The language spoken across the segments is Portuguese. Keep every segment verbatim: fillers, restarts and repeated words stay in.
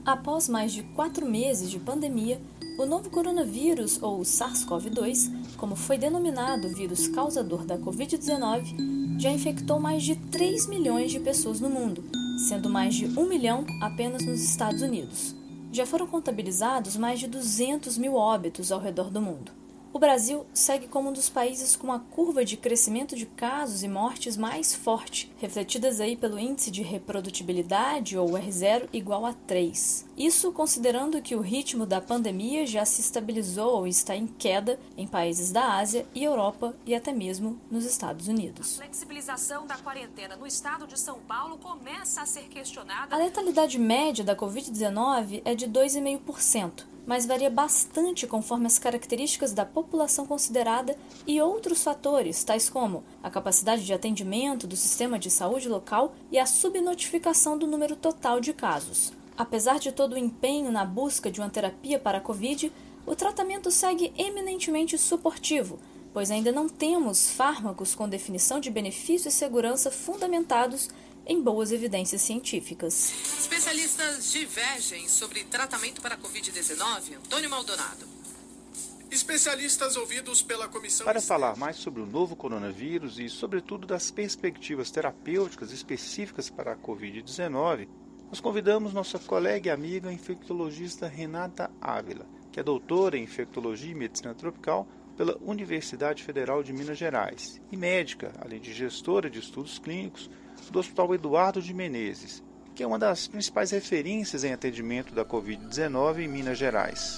Após mais de quatro meses de pandemia, o novo coronavírus, ou SARS-CoV dois, como foi denominado o vírus causador da covid dezenove, já infectou mais de três milhões de pessoas no mundo, sendo mais de um milhão apenas nos Estados Unidos. Já foram contabilizados mais de duzentos mil óbitos ao redor do mundo. O Brasil segue como um dos países com a curva de crescimento de casos e mortes mais forte, refletidas aí pelo índice de reprodutibilidade, ou R zero, igual a três. Isso considerando que o ritmo da pandemia já se estabilizou ou está em queda em países da Ásia e Europa e até mesmo nos Estados Unidos. A flexibilização da quarentena no estado de São Paulo começa a ser questionada. A letalidade média da covid dezenove é de dois vírgula cinco por cento. Mas varia bastante conforme as características da população considerada e outros fatores, tais como a capacidade de atendimento do sistema de saúde local e a subnotificação do número total de casos. Apesar de todo o empenho na busca de uma terapia para a Covid, o tratamento segue eminentemente suportivo, pois ainda não temos fármacos com definição de benefício e segurança fundamentados em boas evidências científicas. Especialistas divergem sobre tratamento para a covid dezenove. Antônio Maldonado. Especialistas ouvidos pela comissão... Para falar mais sobre o novo coronavírus e, sobretudo, das perspectivas terapêuticas específicas para a covid dezenove, nós convidamos nossa colega e amiga infectologista Renata Ávila, que é doutora em infectologia e medicina tropical pela Universidade Federal de Minas Gerais e médica, além de gestora de estudos clínicos do Hospital Eduardo de Menezes, que é uma das principais referências em atendimento da covid dezenove em Minas Gerais.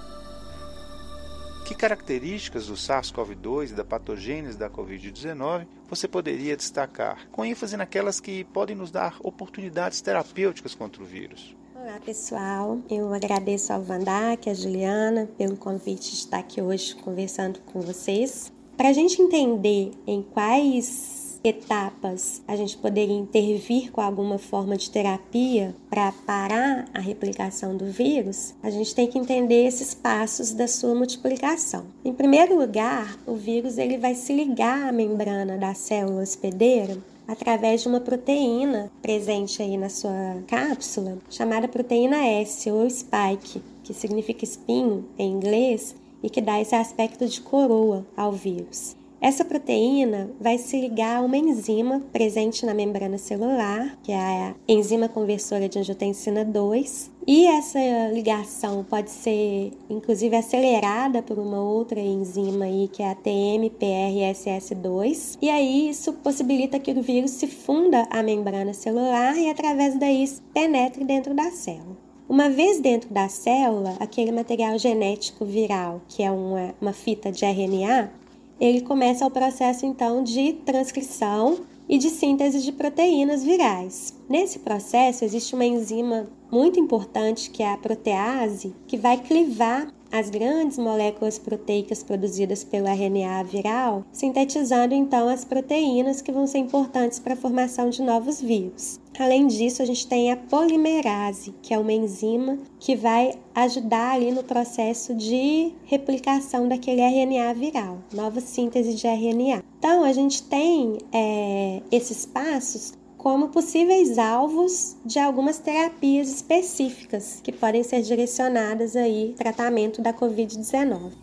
Que características do SARS-CoV dois e da patogênese da covid dezenove você poderia destacar, com ênfase naquelas que podem nos dar oportunidades terapêuticas contra o vírus? Olá pessoal, eu agradeço ao Vandac, a Juliana, pelo convite de estar aqui hoje conversando com vocês. Para a gente entender em quais etapas a gente poderia intervir com alguma forma de terapia para parar a replicação do vírus, a gente tem que entender esses passos da sua multiplicação. Em primeiro lugar, o vírus ele vai se ligar à membrana da célula hospedeira através de uma proteína presente aí na sua cápsula, chamada proteína S ou spike, que significa espinho em inglês e que dá esse aspecto de coroa ao vírus. Essa proteína vai se ligar a uma enzima presente na membrana celular, que é a enzima conversora de angiotensina dois, e essa ligação pode ser, inclusive, acelerada por uma outra enzima aí, que é a T M P R S S dois, e aí isso possibilita que o vírus se funda à membrana celular e, através daí, penetre dentro da célula. Uma vez dentro da célula, aquele material genético viral, que é uma, uma fita de R N A, ele começa o processo, então, de transcrição e de síntese de proteínas virais. Nesse processo, existe uma enzima muito importante, que é a protease, que vai clivar as grandes moléculas proteicas produzidas pelo R N A viral, sintetizando, então, as proteínas que vão ser importantes para a formação de novos vírus. Além disso, a gente tem a polimerase, que é uma enzima que vai ajudar ali no processo de replicação daquele R N A viral, nova síntese de R N A. Então, a gente tem é, esses passos como possíveis alvos de algumas terapias específicas que podem ser direcionadas aí ao tratamento da covid dezenove.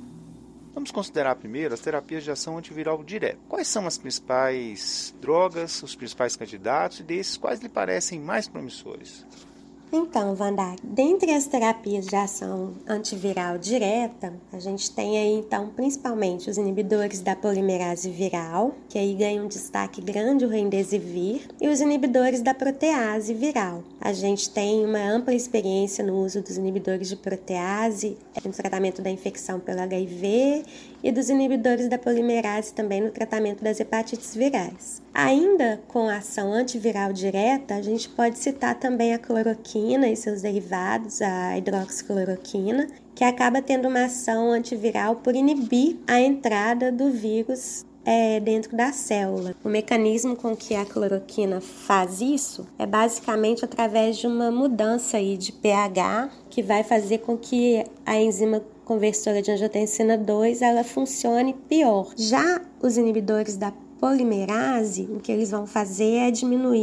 Vamos considerar primeiro as terapias de ação antiviral direta. Quais são as principais drogas, os principais candidatos e desses quais lhe parecem mais promissores? Então, Vandac, dentre as terapias de ação antiviral direta, a gente tem aí, então, principalmente os inibidores da polimerase viral, que aí ganham um destaque grande o remdesivir, e os inibidores da protease viral. A gente tem uma ampla experiência no uso dos inibidores de protease no tratamento da infecção pelo H I V e dos inibidores da polimerase também no tratamento das hepatites virais. Ainda com a ação antiviral direta, a gente pode citar também a cloroquina e seus derivados, a hidroxicloroquina, que acaba tendo uma ação antiviral por inibir a entrada do vírus é, dentro da célula. O mecanismo com que a cloroquina faz isso é basicamente através de uma mudança aí de pH, que vai fazer com que a enzima conversora de angiotensina dois ela funcione pior. Já os inibidores da polimerase, o que eles vão fazer é diminuir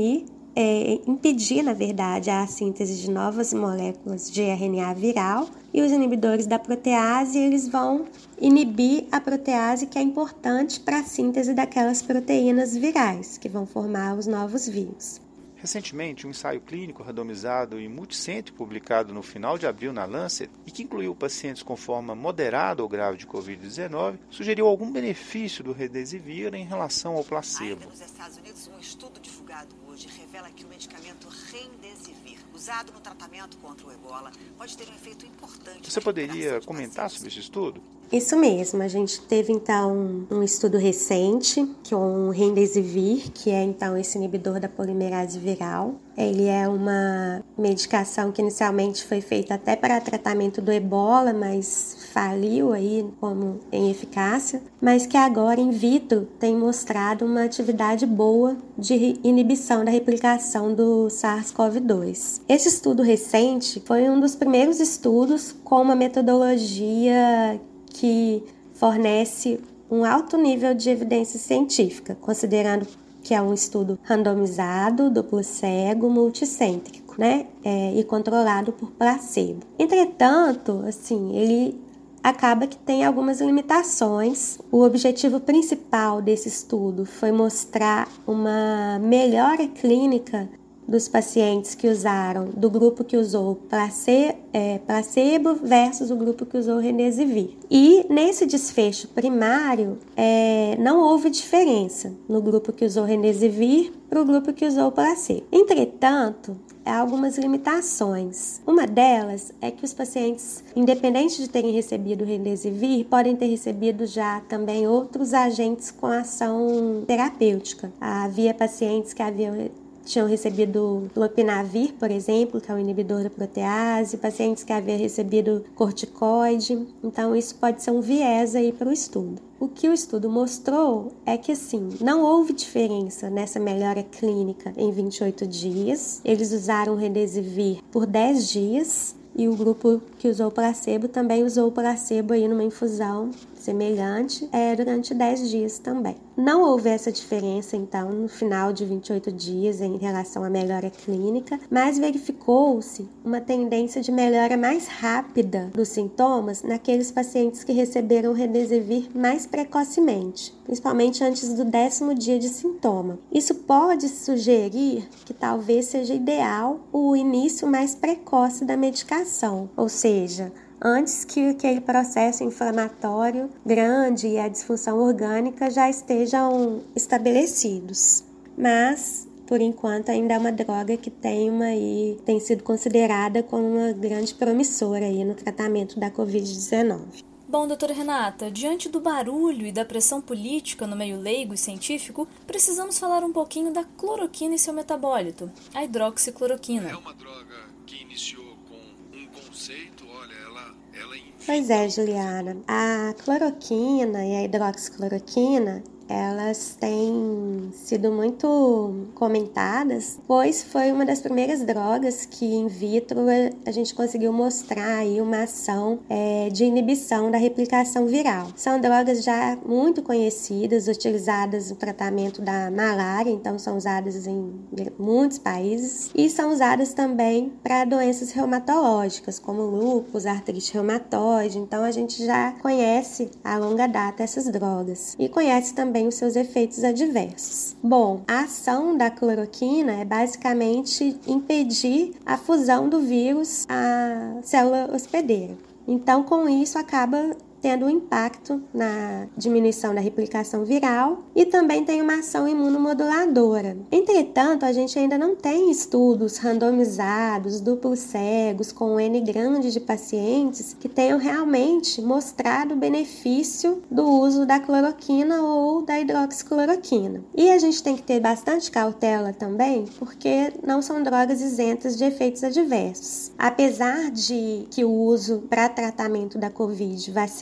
é, impedir, na verdade, a síntese de novas moléculas de R N A viral, e os inibidores da protease, eles vão inibir a protease, que é importante para a síntese daquelas proteínas virais, que vão formar os novos vírus. Recentemente, um ensaio clínico randomizado e multicêntrico publicado no final de abril na Lancet e que incluiu pacientes com forma moderada ou grave de covid dezenove sugeriu algum benefício do Remdesivir em relação ao placebo. Ainda nos Estados Unidos, um estudo divulgado hoje revela que o medicamento Remdesivir, usado no tratamento contra o ebola, pode ter um efeito importante. Você poderia comentar sobre esse estudo? Isso mesmo, a gente teve então um estudo recente, que é o Remdesivir, que é então esse inibidor da polimerase viral. Ele é uma medicação que inicialmente foi feita até para tratamento do ebola, mas faliu aí como em eficácia, mas que agora in vitro tem mostrado uma atividade boa de inibição da replicação do SARS-CoV dois. Esse estudo recente foi um dos primeiros estudos com uma metodologia que fornece um alto nível de evidência científica, considerando que é um estudo randomizado, duplo cego, multicêntrico, né? É, e controlado por placebo. Entretanto, assim, ele acaba que tem algumas limitações. O objetivo principal desse estudo foi mostrar uma melhora clínica dos pacientes que usaram, do grupo que usou place, é, placebo versus o grupo que usou Remdesivir. E nesse desfecho primário, é, não houve diferença no grupo que usou Remdesivir para o grupo que usou placebo. Entretanto, há algumas limitações. Uma delas é que os pacientes, independente de terem recebido Remdesivir, podem ter recebido já também outros agentes com ação terapêutica. Havia pacientes que haviam tinham recebido lopinavir, por exemplo, que é o inibidor da protease, pacientes que haviam recebido corticoide. Então, isso pode ser um viés aí para o estudo. O que o estudo mostrou é que, assim, não houve diferença nessa melhora clínica em vinte e oito dias. Eles usaram Remdesivir por dez dias e o grupo que usou o placebo também usou o placebo aí numa infusão semelhante é, durante dez dias também. Não houve essa diferença, então, no final de vinte e oito dias em relação à melhora clínica, mas verificou-se uma tendência de melhora mais rápida dos sintomas naqueles pacientes que receberam Remdesivir mais precocemente, principalmente antes do décimo dia de sintoma. Isso pode sugerir que talvez seja ideal o início mais precoce da medicação, ou seja, antes que aquele processo inflamatório grande e a disfunção orgânica já estejam estabelecidos. Mas, por enquanto, ainda é uma droga que tem, uma, aí, tem sido considerada como uma grande promissora aí no tratamento da covid dezenove. Bom, doutora Renata, diante do barulho e da pressão política no meio leigo e científico, precisamos falar um pouquinho da cloroquina e seu metabólito, a hidroxicloroquina. É uma droga que iniciou com um conceito, olha, ela, ela Pois é, Juliana. A cloroquina e a hidroxicloroquina, elas têm sido muito comentadas, pois foi uma das primeiras drogas que in vitro a gente conseguiu mostrar aí uma ação é, de inibição da replicação viral. São drogas já muito conhecidas, utilizadas no tratamento da malária, então são usadas em muitos países e são usadas também para doenças reumatológicas, como lúpus, artrite reumatoide. Então a gente já conhece a longa data essas drogas e conhece também os seus efeitos adversos. Bom, a ação da cloroquina é basicamente impedir a fusão do vírus à célula hospedeira. Então, com isso, acaba tendo um impacto na diminuição da replicação viral e também tem uma ação imunomoduladora. Entretanto, a gente ainda não tem estudos randomizados, duplos cegos, com um N grande de pacientes que tenham realmente mostrado o benefício do uso da cloroquina ou da hidroxicloroquina. E a gente tem que ter bastante cautela também, porque não são drogas isentas de efeitos adversos. Apesar de que o uso para tratamento da Covid vai ser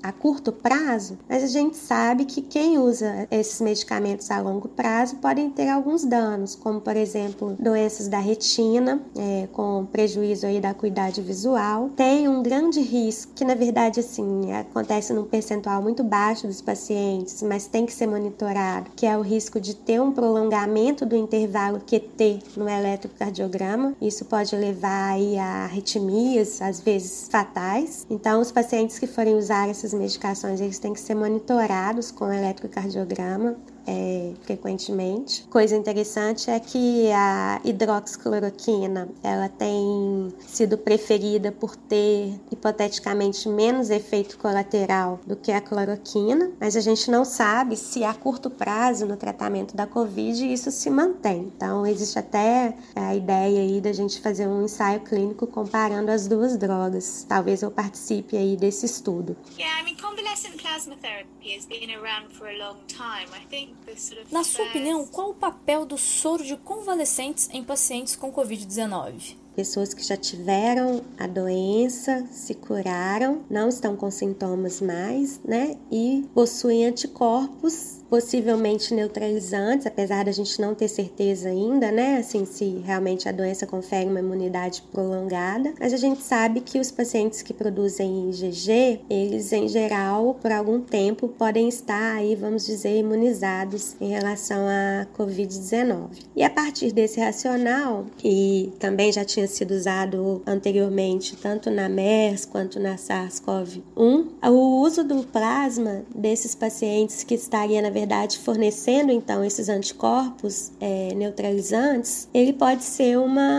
a curto prazo, mas a gente sabe que quem usa esses medicamentos a longo prazo podem ter alguns danos, como por exemplo, doenças da retina, é, com prejuízo aí da acuidade visual. Tem um grande risco, que na verdade assim, acontece num percentual muito baixo dos pacientes, mas tem que ser monitorado, que é o risco de ter um prolongamento do intervalo Q T no eletrocardiograma. Isso pode levar aí a arritmias, às vezes fatais. Então, os pacientes que forem usar essas medicações, eles têm que ser monitorados com eletrocardiograma É, frequentemente. Coisa interessante é que a hidroxicloroquina ela tem sido preferida por ter hipoteticamente menos efeito colateral do que a cloroquina, mas a gente não sabe se a curto prazo no tratamento da Covid isso se mantém. Então existe até a ideia aí da gente fazer um ensaio clínico comparando as duas drogas. Talvez eu participe aí desse estudo. Yeah, I mean, convalescent plasma therapy has been around for a long time. I think Na sua opinião, qual o papel do soro de convalescentes em pacientes com covid dezenove? Pessoas que já tiveram a doença, se curaram, não estão com sintomas mais, né? E possuem anticorpos, possivelmente neutralizantes, apesar da gente não ter certeza ainda, né? Assim, se realmente a doença confere uma imunidade prolongada. Mas a gente sabe que os pacientes que produzem I G G, eles em geral, por algum tempo, podem estar aí, vamos dizer, imunizados em relação à covid dezenove. E a partir desse racional, que também já tinha sido usado anteriormente, tanto na MERS quanto na SARS-CoV um, o uso do plasma desses pacientes que estaria, na verdade, fornecendo, então, esses anticorpos é, neutralizantes, ele pode ser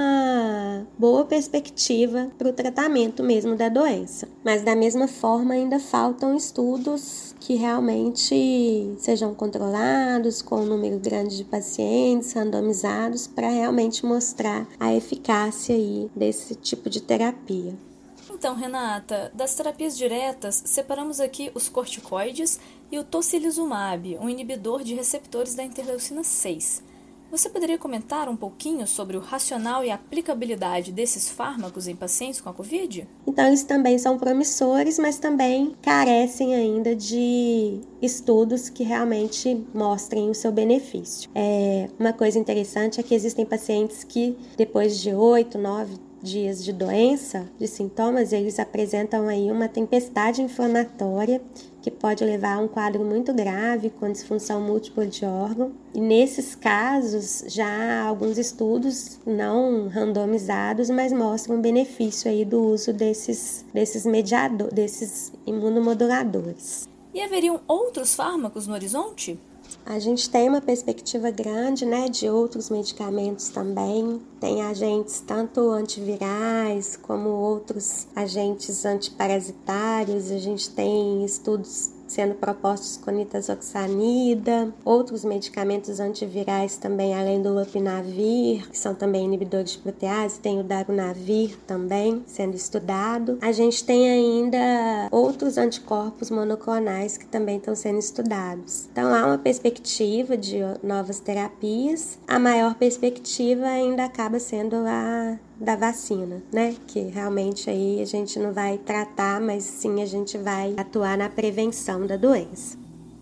uma boa perspectiva para o tratamento mesmo da doença. Mas, da mesma forma, ainda faltam estudos que realmente sejam controlados, com um número grande de pacientes, randomizados, para realmente mostrar a eficácia aí desse tipo de terapia. Então, Renata, das terapias diretas, separamos aqui os corticoides e o tocilizumab, um inibidor de receptores da interleucina seis. Você poderia comentar um pouquinho sobre o racional e a aplicabilidade desses fármacos em pacientes com a Covid? Então, eles também são promissores, mas também carecem ainda de estudos que realmente mostrem o seu benefício. É, uma coisa interessante é que existem pacientes que, depois de oito, nove dias de doença, de sintomas, eles apresentam aí uma tempestade inflamatória que pode levar a um quadro muito grave com disfunção múltipla de órgão. E nesses casos, já há alguns estudos não randomizados, mas mostram o benefício aí do uso desses, desses mediadores, desses imunomoduladores. E haveriam outros fármacos no horizonte? A gente tem uma perspectiva grande, né, de outros medicamentos também. Tem agentes tanto antivirais como outros agentes antiparasitários. A gente tem estudos sendo propostos com nitazoxanida, outros medicamentos antivirais também, além do lopinavir, que são também inibidores de protease, tem o darunavir também sendo estudado. A gente tem ainda outros anticorpos monoclonais que também estão sendo estudados. Então, há uma perspectiva de novas terapias. A maior perspectiva ainda acaba sendo a da vacina, né? Que realmente aí a gente não vai tratar, mas sim a gente vai atuar na prevenção da doença.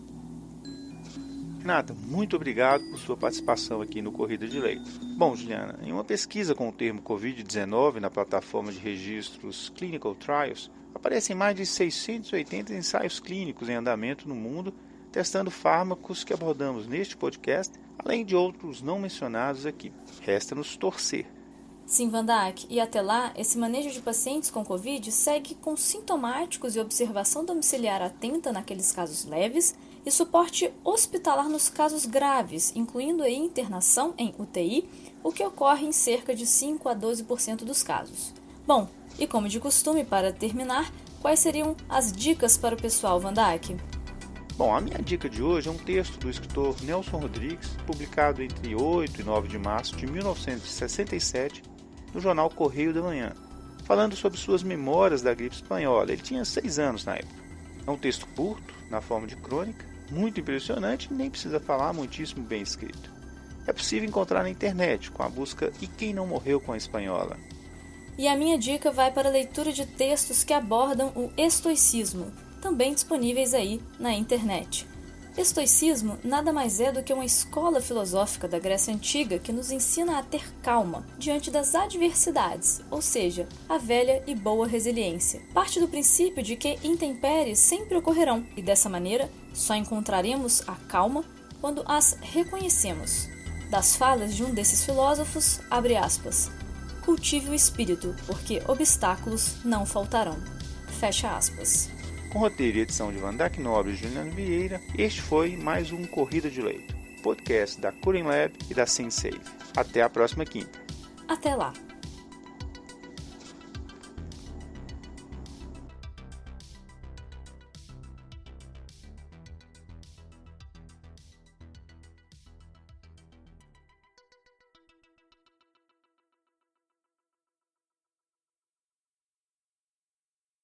Renata, muito obrigado por sua participação aqui no Corrida de Leito. Bom, Juliana, em uma pesquisa com o termo covid dezenove na plataforma de registros Clinical Trials, aparecem mais de seiscentos e oitenta ensaios clínicos em andamento no mundo, testando fármacos que abordamos neste podcast, além de outros não mencionados aqui. Resta-nos torcer. Sim, Vandak, e até lá, esse manejo de pacientes com Covid segue com sintomáticos e observação domiciliar atenta naqueles casos leves e suporte hospitalar nos casos graves, incluindo a internação em U T I, o que ocorre em cerca de cinco a doze por cento dos casos. Bom, e como de costume, para terminar, quais seriam as dicas para o pessoal, Vandak? Bom, a minha dica de hoje é um texto do escritor Nelson Rodrigues, publicado entre oito e nove de março de mil novecentos e sessenta e sete, no jornal Correio da Manhã, falando sobre suas memórias da gripe espanhola. Ele tinha seis anos na época. É um texto curto, na forma de crônica, muito impressionante e nem precisa falar, muitíssimo bem escrito. É possível encontrar na internet com a busca E Quem Não Morreu com a Espanhola. E a minha dica vai para a leitura de textos que abordam o estoicismo, também disponíveis aí na internet. Estoicismo nada mais é do que uma escola filosófica da Grécia Antiga que nos ensina a ter calma diante das adversidades, ou seja, a velha e boa resiliência. Parte do princípio de que intempéries sempre ocorrerão e, dessa maneira, só encontraremos a calma quando as reconhecemos. Das falas de um desses filósofos, abre aspas, cultive o espírito, porque obstáculos não faltarão. Fecha aspas. Com roteiro e edição de Vandac Nobre e Juliano Vieira, este foi mais um Corrida de Leito, podcast da Curing Lab e da SimSafe. Até a próxima quinta. Até lá!